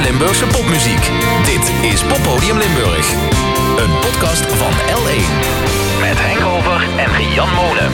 Limburgse popmuziek. Dit is Poppodium Limburg. Een podcast van L1. Met Henk Over en Rian Molen.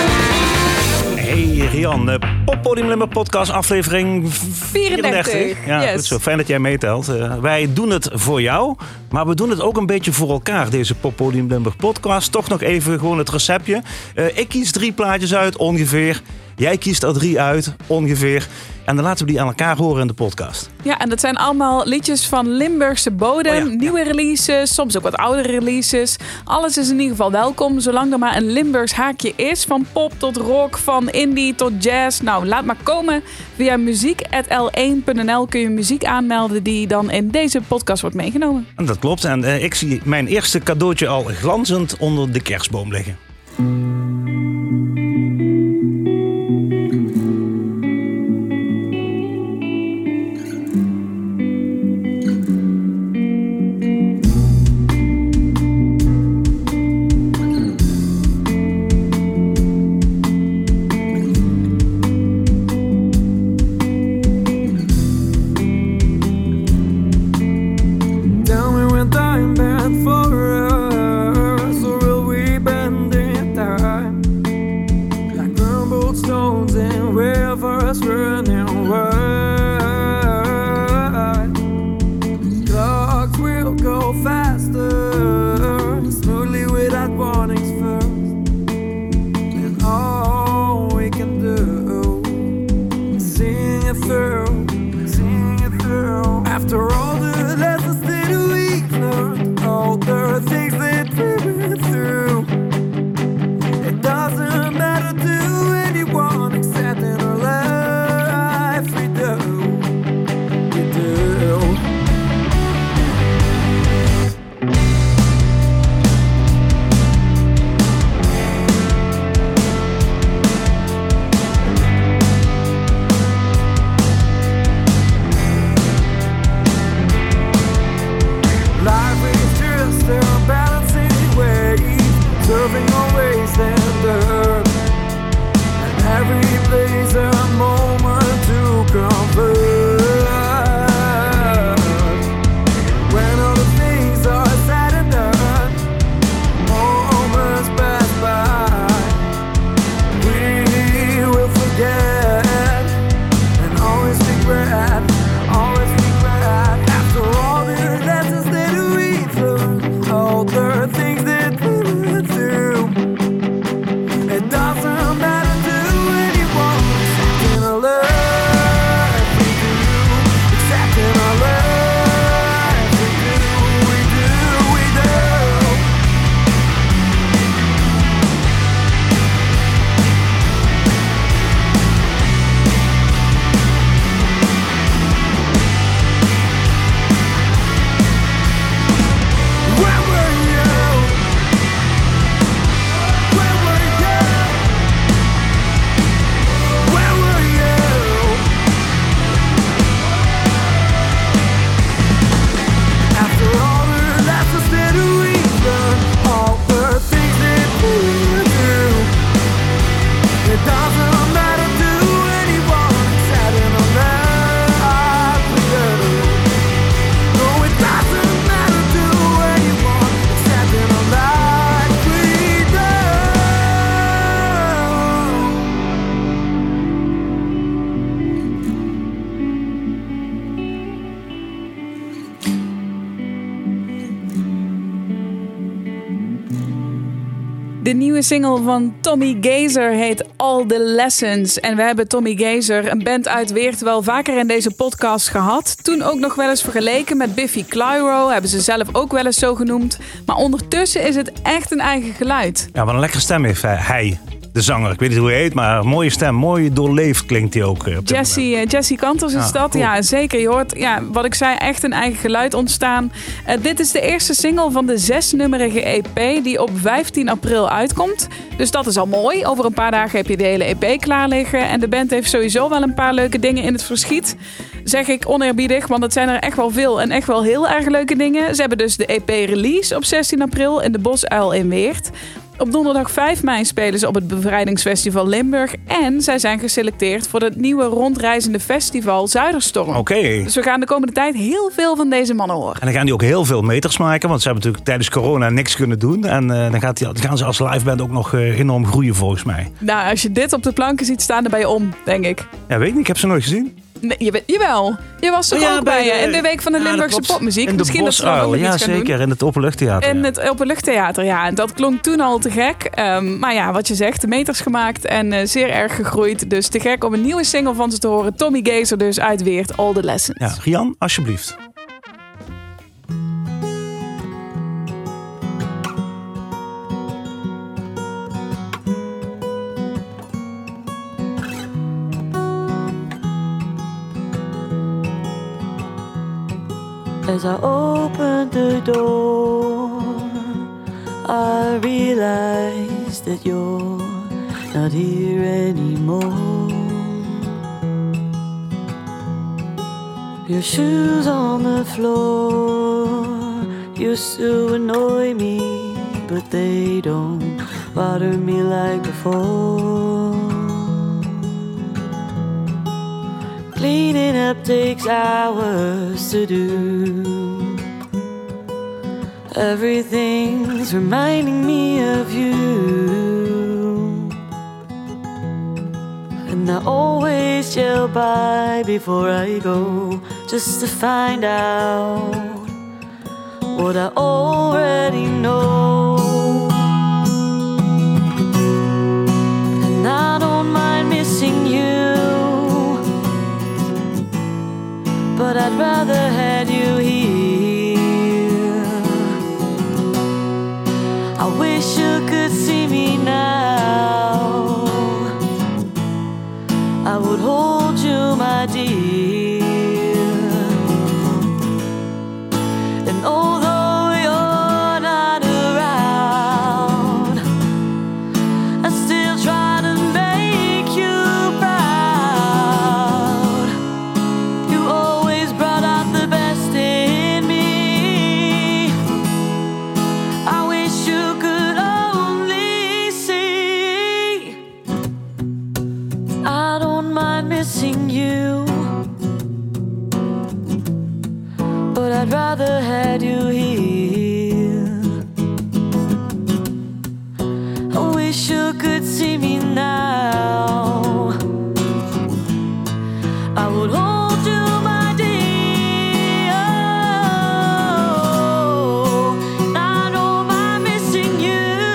Hey Rian, de Poppodium Limburg podcast aflevering 34. Ja, yes. Goed zo. Fijn dat jij meetelt. Wij doen het voor jou, maar we doen het ook een beetje voor elkaar, deze Poppodium Limburg podcast. Toch nog even gewoon het receptje. Ik kies 3 plaatjes uit, ongeveer. Jij kiest er 3 uit, ongeveer. En dan laten we die aan elkaar horen in de podcast. Ja, en dat zijn allemaal liedjes van Limburgse bodem. Oh ja, nieuwe releases, soms ook wat oudere releases. Alles is in ieder geval welkom, zolang er maar een Limburgs haakje is. Van pop tot rock, van indie tot jazz. Nou, laat maar komen. Via muziek@l1.nl kun je muziek aanmelden die dan in deze podcast wordt meegenomen. En dat klopt. En ik zie mijn eerste cadeautje al glanzend onder de kerstboom liggen. De nieuwe single van Tommy Gazer heet All the Lessons. En we hebben Tommy Gazer, een band uit Weert, wel vaker in deze podcast gehad. Toen ook nog wel eens vergeleken met Biffy Clyro. Hebben ze zelf ook wel eens zo genoemd. Maar ondertussen is het echt een eigen geluid. Ja, wat een lekkere stem heeft hij. De zanger, ik weet niet hoe hij heet, maar een mooie stem. Mooi doorleefd klinkt hij ook. Jesse Kanters is dat. Cool. Ja, zeker. Je hoort, wat ik zei, echt een eigen geluid ontstaan. Dit is de eerste single van de 6-nummerige EP die op 15 april uitkomt. Dus dat is al mooi. Over een paar dagen heb je de hele EP klaar liggen. En de band heeft sowieso wel een paar leuke dingen in het verschiet. Zeg ik oneerbiedig, want het zijn er echt wel veel en echt wel heel erg leuke dingen. Ze hebben dus de EP-release op 16 april in de Bosuil in Weert. Op donderdag 5 mei spelen ze op het Bevrijdingsfestival Limburg. En zij zijn geselecteerd voor het nieuwe rondreizende festival Zuiderstorm. Oké. Dus we gaan de komende tijd heel veel van deze mannen horen. En dan gaan die ook heel veel meters maken. Want ze hebben natuurlijk tijdens corona niks kunnen doen. En dan gaan ze als liveband ook nog enorm groeien volgens mij. Nou, als je dit op de planken ziet staan, dan ben je om, denk ik. Ja, weet ik niet. Ik heb ze nooit gezien. Nee, jawel. Je was er ook bij in de week van de Limburgse popmuziek. In Misschien dat ze nog wel iets gaan doen. Zeker. In het Openluchttheater. In het Openluchttheater, ja. En dat klonk toen al te gek. Maar ja, wat je zegt, de meters gemaakt en zeer erg gegroeid. Dus te gek om een nieuwe single van ze te horen. Tommy Gezer dus uit Weert, All the Lessons. Ja, Rian, alsjeblieft. As I opened the door, I realized that you're not here anymore. Your shoes on the floor used to annoy me, but they don't bother me like before. Cleaning up takes hours to do. Everything's reminding me of you. And I always chill by before I go, just to find out what I already know. And I don't mind missing you, but I'd rather had you here. I wish you could see me now. I would hold you, my dear. And although you're not around, I still try to make you proud. You always brought out the best in me. I wish you could only see. I don't mind missing you, but I'd rather had you here. I wish you could see me now. I would hold you, my dear. I don't mind missing you,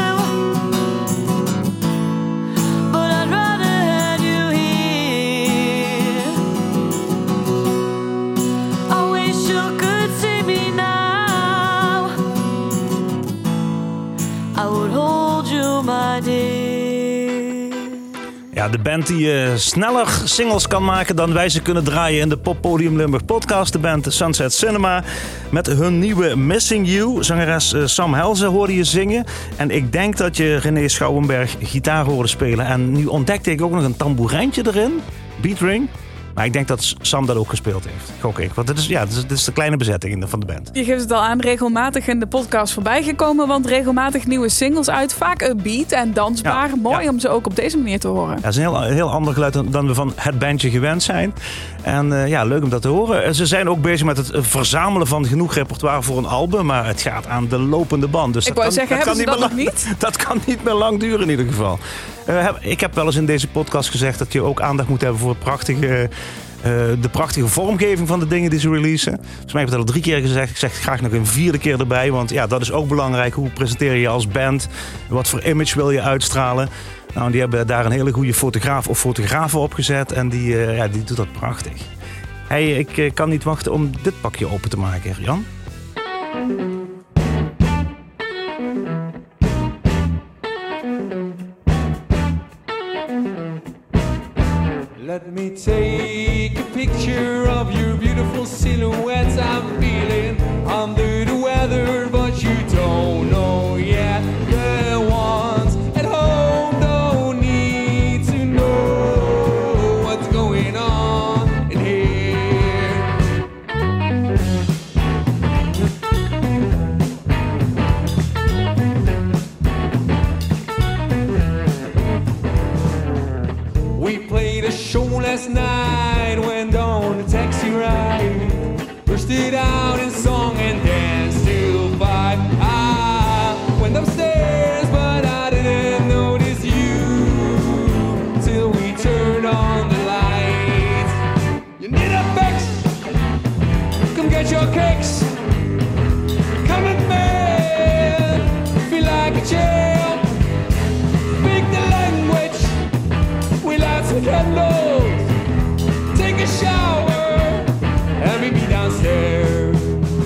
but I'd rather had you here. I wish you could see me now. I would hold you, my dear. Ja, de band die sneller singles kan maken dan wij ze kunnen draaien in de Poppodium Limburg podcast. De band Sunset Cinema met hun nieuwe Missing You. Zangeres Sam Helze hoorde je zingen. En ik denk dat je René Schouwenberg gitaar hoorde spelen. En nu ontdekte ik ook nog een tamboerijntje erin. Beatring. Maar ik denk dat Sam dat ook gespeeld heeft. Gok ik. Want dit is de kleine bezetting van de band. Je geeft het al aan, regelmatig in de podcast voorbij gekomen. Want regelmatig nieuwe singles uit. Vaak upbeat en dansbaar. Ja, Mooi ja. om ze ook op deze manier te horen. Ja, dat is een heel ander geluid dan we van het bandje gewend zijn. En leuk om dat te horen. Ze zijn ook bezig met het verzamelen van genoeg repertoire voor een album. Maar het gaat aan de lopende band. Dus Ik wou zeggen, hebben ze dat nog niet? Dat kan niet meer lang duren in ieder geval. Ik heb wel eens in deze podcast gezegd dat je ook aandacht moet hebben voor de prachtige vormgeving van de dingen die ze releasen. Volgens mij heb ik dat al 3 keer gezegd. Ik zeg graag nog een 4e keer erbij. Want ja, dat is ook belangrijk. Hoe presenteer je je als band? Wat voor image wil je uitstralen? Nou, die hebben daar een hele goede fotograaf of fotografen op gezet. En die doet dat prachtig. Hey, ik kan niet wachten om dit pakje open te maken, Jan. Let me take a picture of your beautiful silhouettes. I'm feeling under the weather, but you don't know yet. The ones at home don't need to know what's going on in here. your kicks. Come with me, feel like a champ. Speak the language, we light some candles. Take a shower, and meet me downstairs.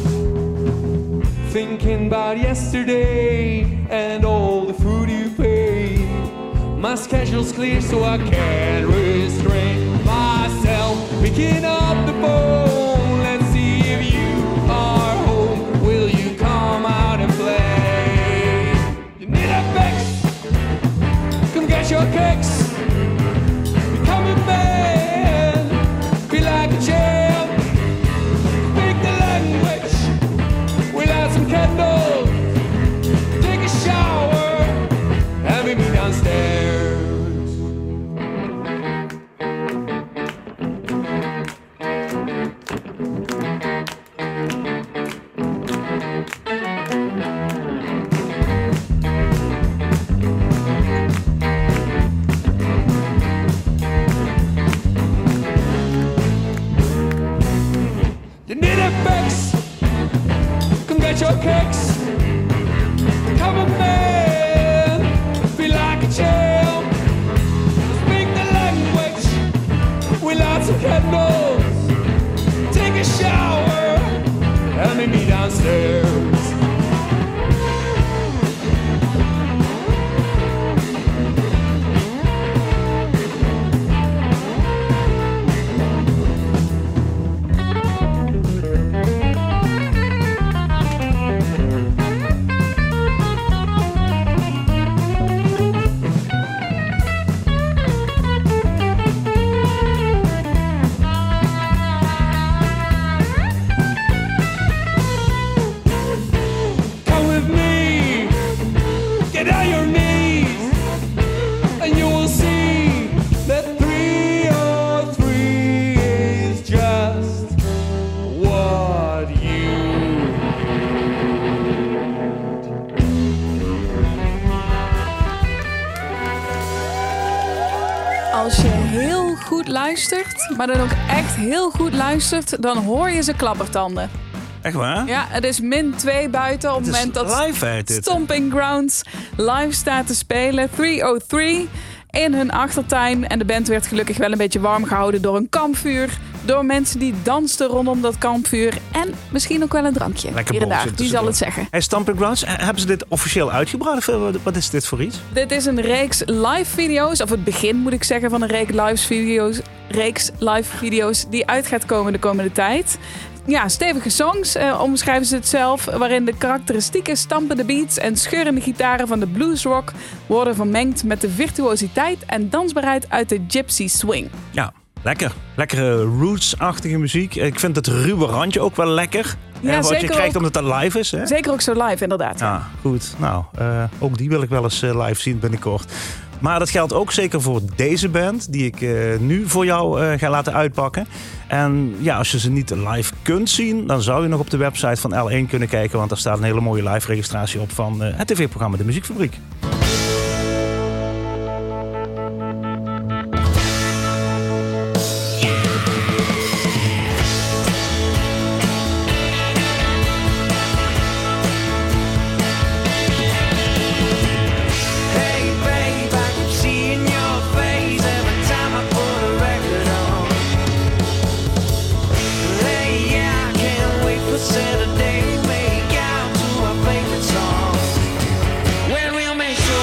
Thinking about yesterday and all the food you paid. My schedule's clear so I can't restrain myself. Picking up the phone, let's see if you are home. Will you come out and play? You need a fix, come get your kicks. Become a man, feel like a champ. Speak the language, we'll have some candles. Take a shower, and meet me downstairs. You need a fix, come get your kicks. Come with me, feel like a champ. Speak the language, we light some candles. Take a shower, and meet me downstairs. Come with me, get on your knees, and you will see that 303 is just what you Als je heel goed luistert, maar dan ook echt heel goed luistert, dan hoor je ze klappertanden. Echt waar? Ja, het is -2 buiten op het moment dat live uit dit. Stomping Grounds live staat te spelen. 303 in hun achtertuin. En de band werd gelukkig wel een beetje warm gehouden door een kampvuur. Door mensen die dansten rondom dat kampvuur. En misschien ook wel een drankje. Lekker hier en daar. bullshit Wie zal het zeggen? Hey, Stomping Grounds, hebben ze dit officieel uitgebracht? Of wat is dit voor iets? Dit is een reeks live video's. Of het begin moet ik zeggen van een reeks live video's die uit gaat komen de komende tijd. Ja, stevige songs, omschrijven ze het zelf, waarin de karakteristieke stampende beats en scheurende gitaren van de bluesrock worden vermengd met de virtuositeit en dansbaarheid uit de gypsy swing. Ja, lekker. Lekkere roots-achtige muziek. Ik vind het ruwe randje ook wel lekker. Ja, wat zeker je krijgt ook, omdat het live is. Hè? Zeker ook zo live, inderdaad. Ja, goed. Nou, ook die wil ik wel eens live zien binnenkort. Maar dat geldt ook zeker voor deze band, die ik nu voor jou ga laten uitpakken. En ja, als je ze niet live kunt zien, dan zou je nog op de website van L1 kunnen kijken. Want daar staat een hele mooie live registratie op van het tv-programma De Muziekfabriek. Saturday, make out to our favorite song. When we'll make sure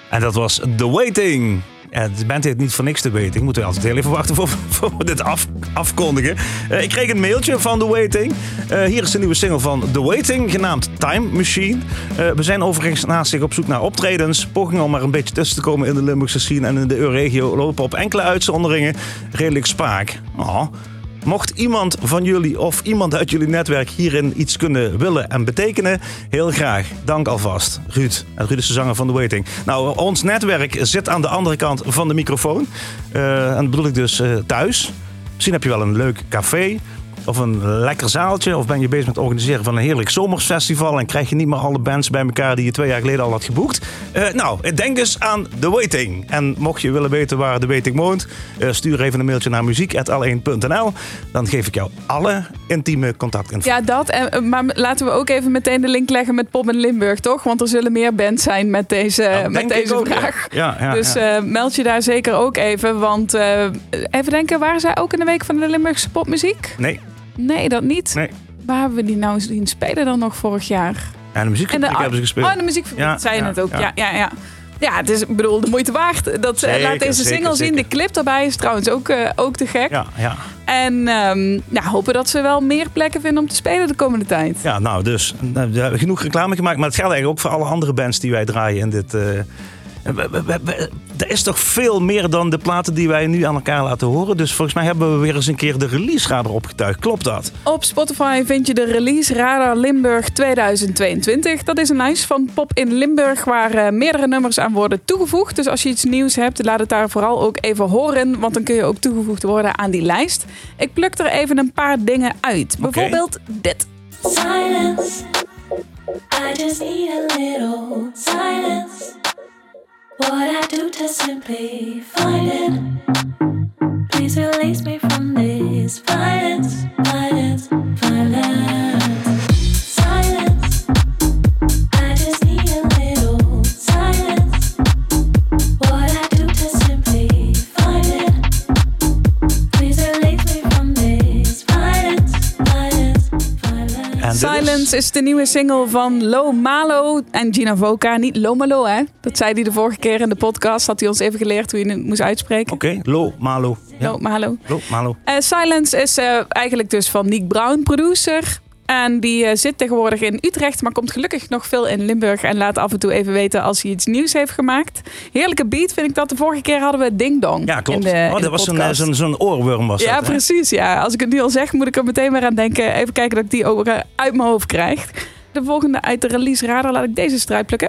En dat was The Waiting. De band heet niet voor niks The Waiting. Moeten we altijd heel even wachten voor we dit afkondigen. Ik kreeg een mailtje van The Waiting. Hier is de nieuwe single van The Waiting, genaamd Time Machine. We zijn overigens naast zich op zoek naar optredens. Pogingen om maar een beetje tussen te komen in de Limburgse scene en in de Euregio lopen op enkele uitzonderingen redelijk spaak. Mocht iemand van jullie of iemand uit jullie netwerk hierin iets kunnen willen en betekenen, heel graag. Dank alvast, Ruud. En Ruud is de zanger van The Waiting. Nou, ons netwerk zit aan de andere kant van de microfoon. En dat bedoel ik dus thuis. Misschien heb je wel een leuk café of een lekker zaaltje. Of ben je bezig met het organiseren van een heerlijk zomersfestival en krijg je niet meer alle bands bij elkaar die je 2 jaar geleden al had geboekt. Denk eens aan The Waiting. En mocht je willen weten waar The Waiting woont, stuur even een mailtje naar muziek@l1.nl. Dan geef ik jou alle intieme contactinfo. Ja, dat. Maar laten we ook even meteen de link leggen met Pop in Limburg, toch? Want er zullen meer bands zijn met deze vraag. Ja, dus meld je daar zeker ook even. Want even denken, waren zij ook in de week van de Limburgse popmuziek? Nee, dat niet. Nee. Waar hebben we die nou zien spelen dan nog vorig jaar? Ja, de muziekfabriek hebben ze gespeeld. De muziekfabriek, zei je het ook. Ja. Ja, het is, de moeite waard. Laat deze single zien. De clip daarbij is trouwens ook te gek. Ja. En hopen dat ze wel meer plekken vinden om te spelen de komende tijd. Ja, nou dus. We hebben genoeg reclame gemaakt. Maar het geldt eigenlijk ook voor alle andere bands die wij draaien in dit... Er is toch veel meer dan de platen die wij nu aan elkaar laten horen. Dus volgens mij hebben we weer eens een keer de release radar opgetuigd. Klopt dat? Op Spotify vind je de release radar Limburg 2022. Dat is een lijst van Pop in Limburg waar meerdere nummers aan worden toegevoegd. Dus als je iets nieuws hebt, laat het daar vooral ook even horen. Want dan kun je ook toegevoegd worden aan die lijst. Ik pluk er even een paar dingen uit. Bijvoorbeeld dit. Silence. I just need a little silence. What I do to simply find it. Please release me from this violence, violence, violence. Silence. I just need a little silence. What I do to simply find it. Please release me from this violence, violence, violence. Silence is de nieuwe single van Lo Malo en Gina Voca. Niet Lo Malo, hè? Dat zei hij de vorige keer in de podcast. Had hij ons even geleerd hoe je het moest uitspreken. Oké, Lo Malo. Ja. Lo Malo. Lo. Silence is eigenlijk dus van Nick Brown, producer. En die zit tegenwoordig in Utrecht, maar komt gelukkig nog veel in Limburg. En laat af en toe even weten als hij iets nieuws heeft gemaakt. Heerlijke beat vind ik dat. De vorige keer hadden we Ding Dong. Ja, klopt. Dat was zo'n oorworm was ja, dat. Ja, precies. Ja. Als ik het nu al zeg, moet ik er meteen weer aan denken. Even kijken dat ik die ook uit mijn hoofd krijg. De volgende uit de release radar laat ik deze strijd plukken.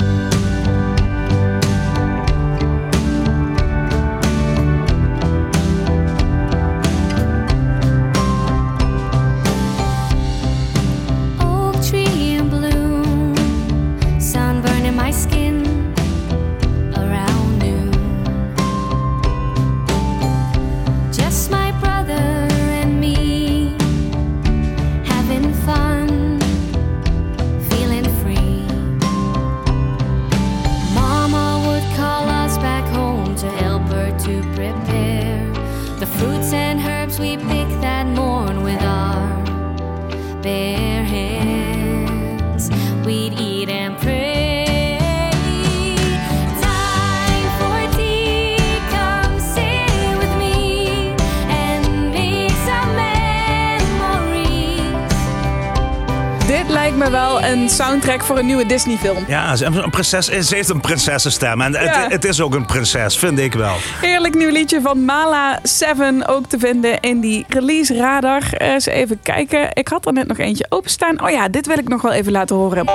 Lijkt me wel een soundtrack voor een nieuwe Disney-film. Ja, ze heeft een prinsessenstem. En het is ook een prinses, vind ik wel. Heerlijk nieuw liedje van Mala 7. Ook te vinden in die release radar. Eens even kijken. Ik had er net nog eentje openstaan. Oh ja, dit wil ik nog wel even laten horen.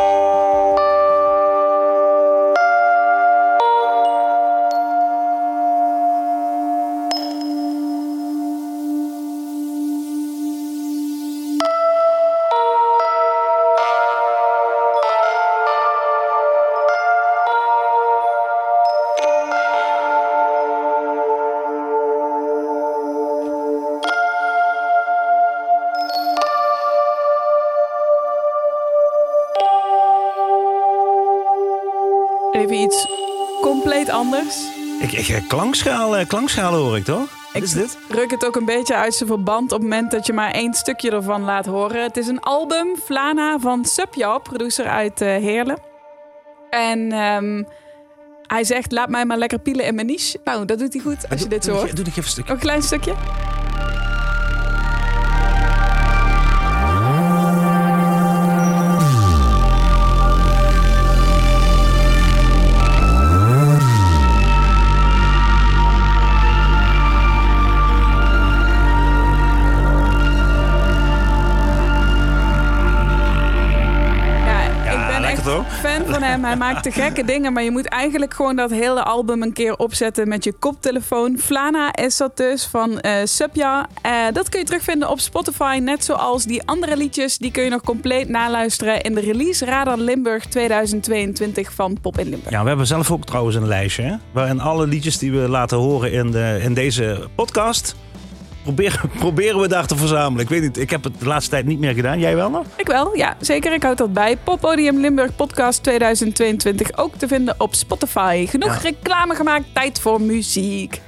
Even iets compleet anders. Klankschalen hoor ik toch? Wat is dit? Ruk het ook een beetje uit zijn verband op het moment dat je maar 1 stukje ervan laat horen. Het is een album, Flana, van Subjaw, producer uit Heerlen. En Hij zegt, laat mij maar lekker pielen in mijn niche. Nou, dat doet hij goed als je dit zo hoort. Doe nog even een stukje. Een klein stukje. Fan van hem. Hij maakt te gekke dingen, maar je moet eigenlijk gewoon dat hele album een keer opzetten met je koptelefoon. Flana is dat dus van Subja. Dat kun je terugvinden op Spotify, net zoals die andere liedjes. Die kun je nog compleet naluisteren in de Release Radar Limburg 2022 van Pop in Limburg. Ja, we hebben zelf ook trouwens een lijstje, hè? Waarin alle liedjes die we laten horen in deze podcast... Proberen we daar te verzamelen. Ik weet niet, ik heb het de laatste tijd niet meer gedaan. Jij wel nog? Ik wel, ja. Zeker, ik houd dat bij. Poppodium Limburg Podcast 2022 ook te vinden op Spotify. Genoeg reclame gemaakt, tijd voor muziek.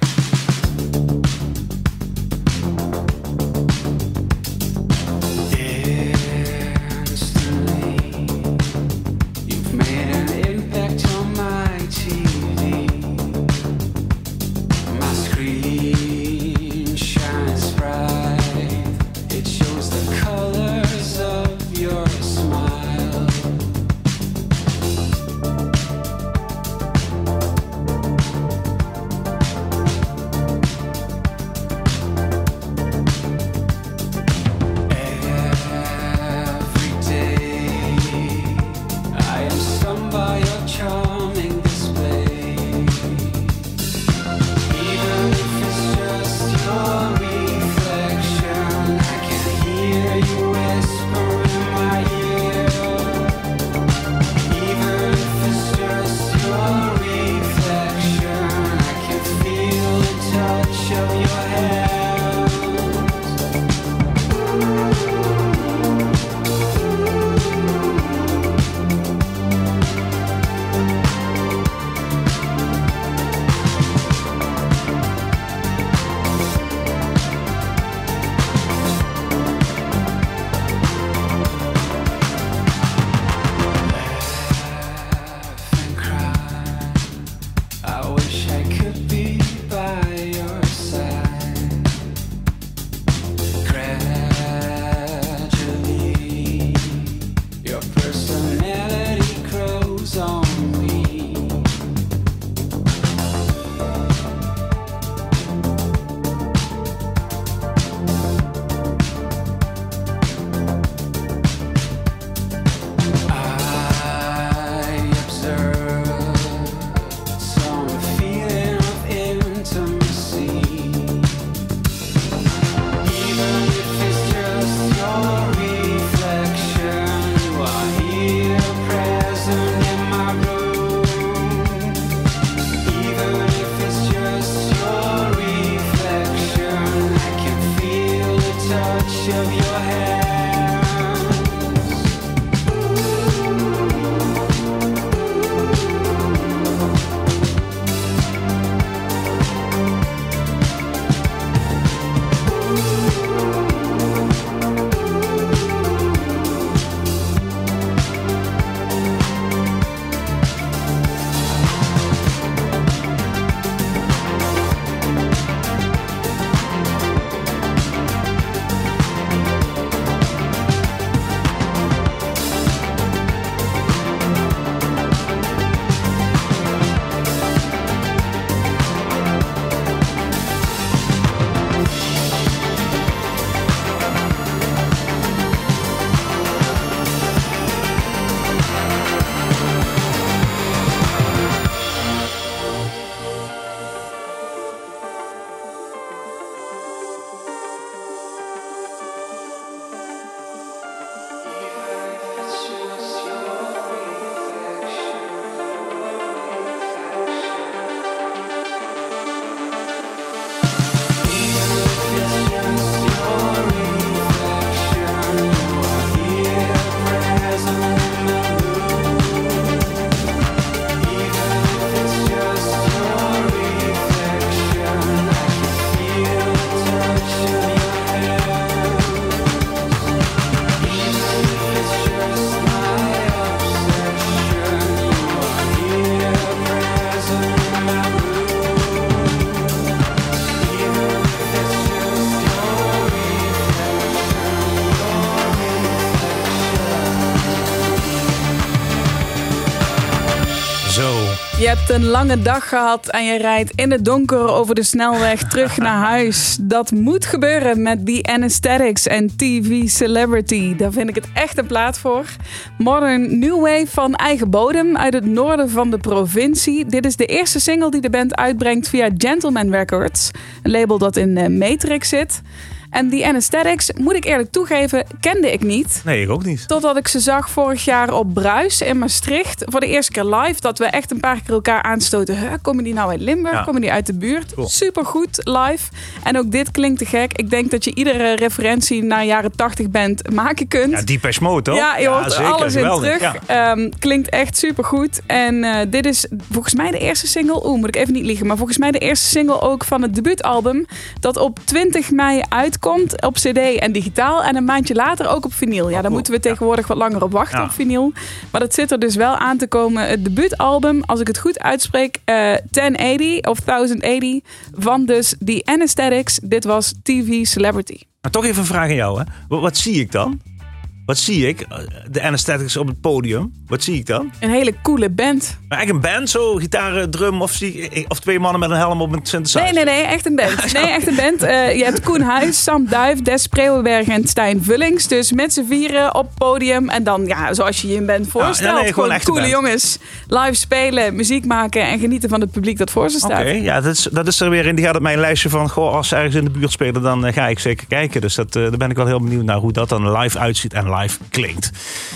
Je hebt een lange dag gehad en je rijdt in het donker over de snelweg terug naar huis. Dat moet gebeuren met The Anesthetics en TV Celebrity. Daar vind ik het echt een plaat voor. Modern New Wave van eigen bodem uit het noorden van de provincie. Dit is de eerste single die de band uitbrengt via Gentleman Records. Een label dat in Matrix zit. En die Anesthetics, moet ik eerlijk toegeven, kende ik niet. Nee, ik ook niet. Totdat ik ze zag vorig jaar op Bruis in Maastricht. Voor de eerste keer live. Dat we echt een paar keer elkaar aanstoten. Komen die nou uit Limburg? Ja. Komen die uit de buurt? Cool. Supergoed live. En ook dit klinkt te gek. Ik denk dat je iedere referentie naar jaren 80 band maken kunt. Ja, Depeche Mode, toch? Ja, je hoort zeker, alles geweldig. in terug. Ja. Klinkt echt supergoed. En dit is volgens mij de eerste single. Moet ik even niet liegen. Maar volgens mij de eerste single ook van het debuutalbum. Dat op 20 mei uitkomt op CD en digitaal. En een maandje later ook op vinyl. Ja, daar moeten we tegenwoordig wat langer op wachten op vinyl. Maar dat zit er dus wel aan te komen. Het debuutalbum, als ik het goed uitspreek, 1080 of 1080 van dus The Anesthetics. Dit was TV Celebrity. Maar toch even een vraag aan jou. Hè? Wat zie ik dan? Wat zie ik? De Anesthetics op het podium. Wat zie ik dan? Een hele coole band. Maar echt een band? Zo, gitaar, drum of twee mannen met een helm op met synthesizer? Nee, echt een band. Nee, echt een band. Je hebt Koen Huis, Sam Duif, Des Preeuwenberg en Stijn Vullings. Dus met z'n vieren op podium. En dan, ja, zoals je je een band voorstelt. Ja, gewoon coole jongens. Live spelen, muziek maken en genieten van het publiek dat voor ze staat. Oké, ja, dat is er weer in. Die gaat op mijn lijstje van, goh, als ze ergens in de buurt spelen, dan ga ik zeker kijken. Dus daar ben ik wel heel benieuwd naar hoe dat dan live uitziet en live klinkt.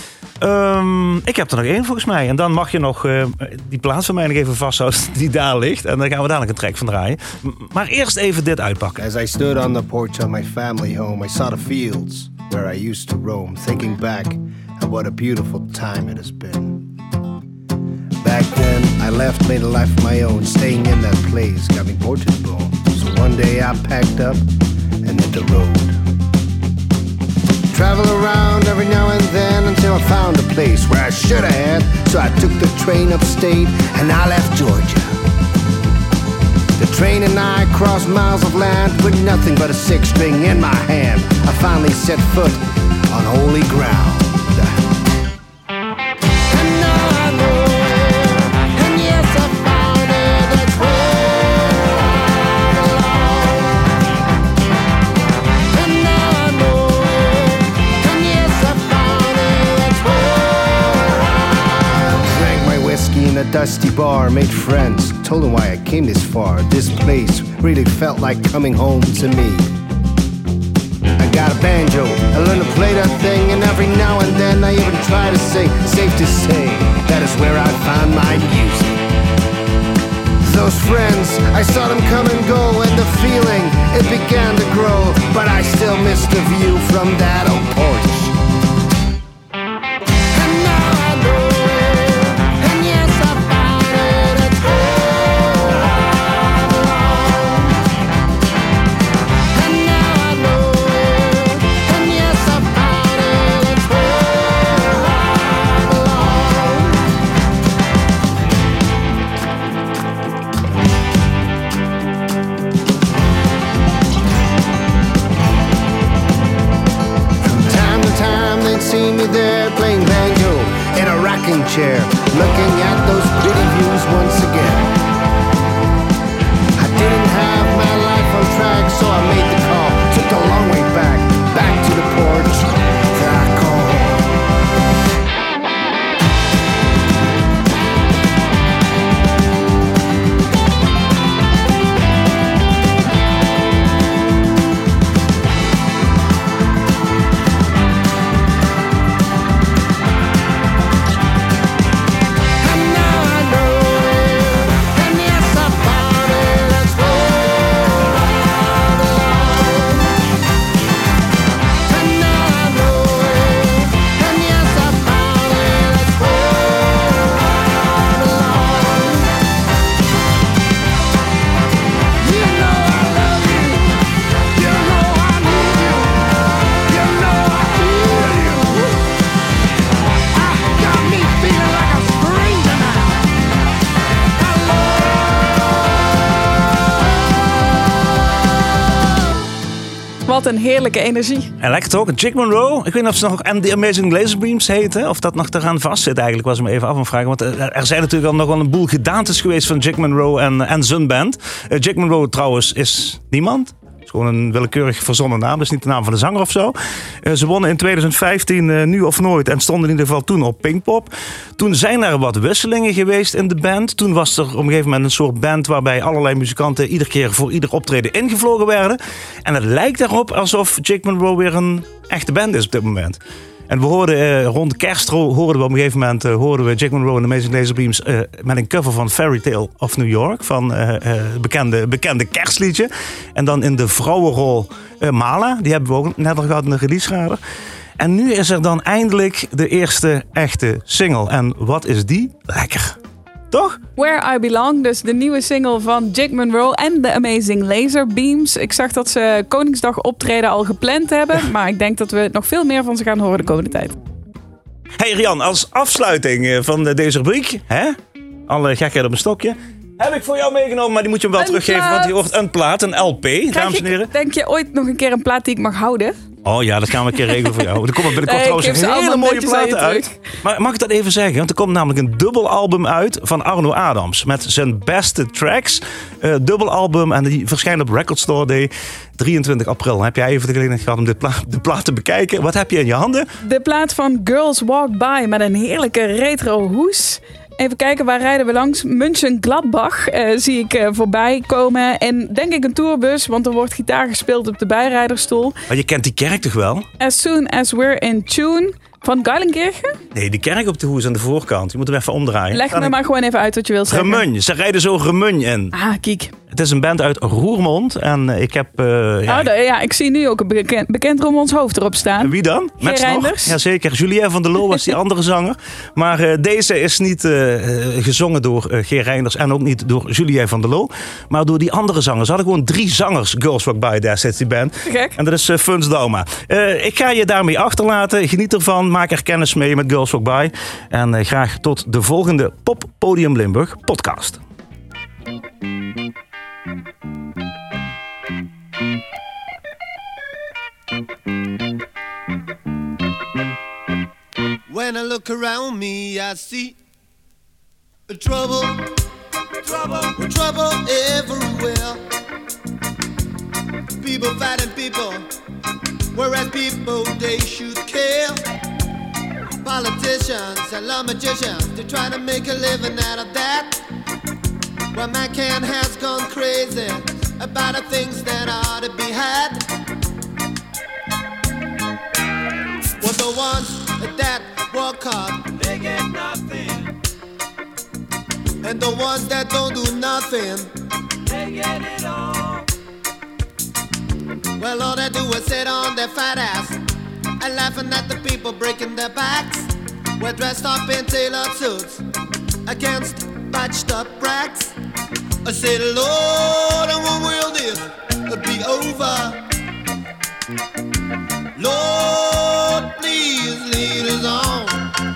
Ik heb er nog één volgens mij. En dan mag je nog die plaats van mij nog even vasthouden die daar ligt. En dan gaan we dadelijk een track van draaien. Maar eerst even dit uitpakken. As I stood on the porch of my family home, I saw the fields where I used to roam, thinking back at what a beautiful time it has been. Back then, I left, made a life of my own, staying in that place got me bored to the bone. So one day I packed up and hit the road. Travel around every now and then until I found a place where I should have had. So I took the train upstate and I left Georgia. The train and I crossed miles of land with nothing but a six string in my hand. I finally set foot on holy ground. And now I know it, and yes I found it, that's where I belong. And now I know it, and yes I found it, that's where I drank my whiskey in a dusty bar, made friends, told them why I came this far. This place really felt like coming home to me. I got a banjo, I learned to play that thing, and every now and then I even try to sing. Safe to say, that is where I found my music. Those friends, I saw them come and go, and the feeling, it began to grow. But I still miss the view from that old porch. And now I know it, and yes I found it, it's where I belong. And now I know it, and yes I found it, it's where I belong. From time to time they'd see me there playing banjo in a rocking chair, looking at those pretty views once again. I didn't have my life on track, so I made the call. Took the long way back to the porch that I call home. And Wat een heerlijke energie. En lekker toch? Chick Monroe. Ik weet niet of ze nog And The Amazing Laserbeams heten. Of dat nog eraan vast zit eigenlijk. Was me even af aan het vragen. Want er zijn natuurlijk al nog wel een boel gedaantes geweest van Chick Monroe en zijn band. Chick Monroe trouwens is niemand. Het is gewoon een willekeurig verzonnen naam. Dat is niet de naam van de zanger of zo. Ze wonnen in 2015 Nu of Nooit. En stonden in ieder geval toen op Pinkpop. Toen zijn er wat wisselingen geweest in de band. Toen was er op een gegeven moment een soort band waarbij allerlei muzikanten iedere keer voor ieder optreden ingevlogen werden. En het lijkt erop alsof Chick Monroe weer een echte band is op dit moment. En we hoorden rond kerst hoorden we op een gegeven moment hoorden we Chick Monroe en de Amazing Laserbeams met een cover van Fairy Tale of New York van bekende kerstliedje. En dan in de vrouwenrol Mala, die hebben we ook net al gehad in de releaseradar. En nu is er dan eindelijk de eerste echte single. En wat is die? Lekker. Toch? Where I Belong, dus de nieuwe single van Chick Monroe en The Amazing Laserbeams. Ik zag dat ze Koningsdag optreden al gepland hebben. Maar ik denk dat we nog veel meer van ze gaan horen de komende tijd. Hey Rian, als afsluiting van deze rubriek, alle gekheid op een stokje, heb ik voor jou meegenomen, maar die moet je hem wel teruggeven, want die wordt een plaat, een LP, dames en heren. Denk je ooit nog een keer een plaat die ik mag houden? Oh ja, dat gaan we een keer regelen voor jou. Er komen binnenkort trouwens hele mooie platen uit. Maar mag ik dat even zeggen? Want er komt namelijk een dubbelalbum uit van Arno Adams. Met zijn beste tracks. Dubbelalbum en die verschijnt op Record Store Day. 23 april. Heb jij even de gelegenheid gehad om de plaat te bekijken? Wat heb je in je handen? De plaat van Girls Walk By met een heerlijke retro hoes. Even kijken, waar rijden we langs? Mönchengladbach zie ik voorbij komen. En denk ik een tourbus, want er wordt gitaar gespeeld op de bijrijdersstoel. Maar je kent die kerk toch wel? As Soon As We're In Tune van Geilenkirchen? Nee, die kerk op de hoes aan de voorkant. Je moet hem even omdraaien. Leg me maar gewoon even uit wat je wilt zeggen. Remuñ. Ze rijden zo Remuñ in. Ah, kijk. Het is een band uit Roermond. En ik heb... ik zie nu ook een bekend Roermonds hoofd erop staan. Wie dan? Geer Reinders. Jazeker. Julien van der Loo was die andere zanger. Maar deze is niet gezongen door Geer Reinders en ook niet door Julien van der Loo. Maar door die andere zangers. Ze hadden gewoon 3 zangers. Girls Walk By, daar zit die band. Gek. En dat is Funs Dauma. Ik ga je daarmee achterlaten. Geniet ervan. Maak er kennis mee met Girls Walk By. En graag tot de volgende Pop Podium Limburg podcast. When I look around me, I see trouble everywhere. People fighting people, whereas people, they should care. Politicians and law magicians, they're trying to make a living out of that. Well, mankind has gone crazy about the things that ought to be had. Well, the ones that work hard, they get nothing. And the ones that don't do nothing, they get it all. Well, all they do is sit on their fat ass and laughing at the people breaking their backs. We're dressed up in tailored suits against patched up racks. I said, Lord, and when will this be over? Lord, please lead us on.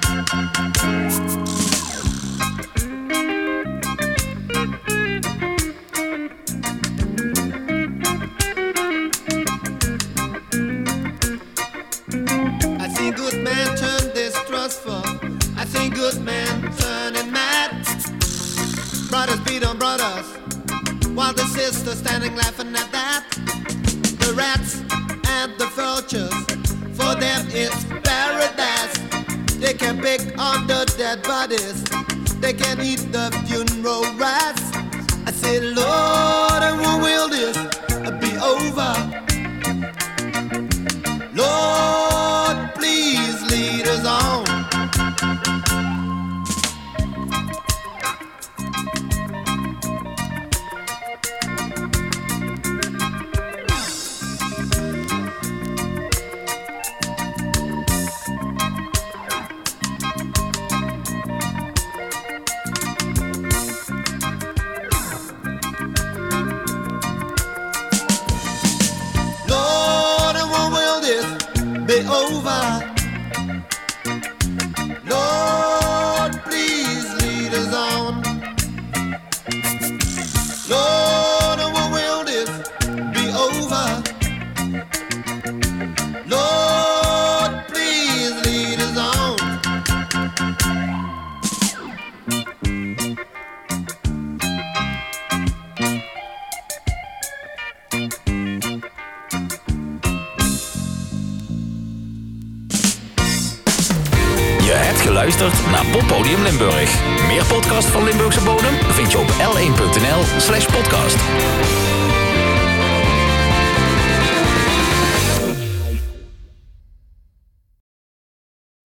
I see good men turn distrustful. I see good men turning mad. Brothers beat on brothers, while the sisters standing laughing at that. The rats and the vultures, for them it's paradise. They can pick on the dead bodies, they can eat the funeral rites. I say, Lord, and when will this be over? Lord, please lead us on. Over. Lord, please lead us on. Lord, when will this be over? geluisterd naar Poppodium Limburg. Meer podcast van Limburgse bodem vind je op l1.nl/podcast.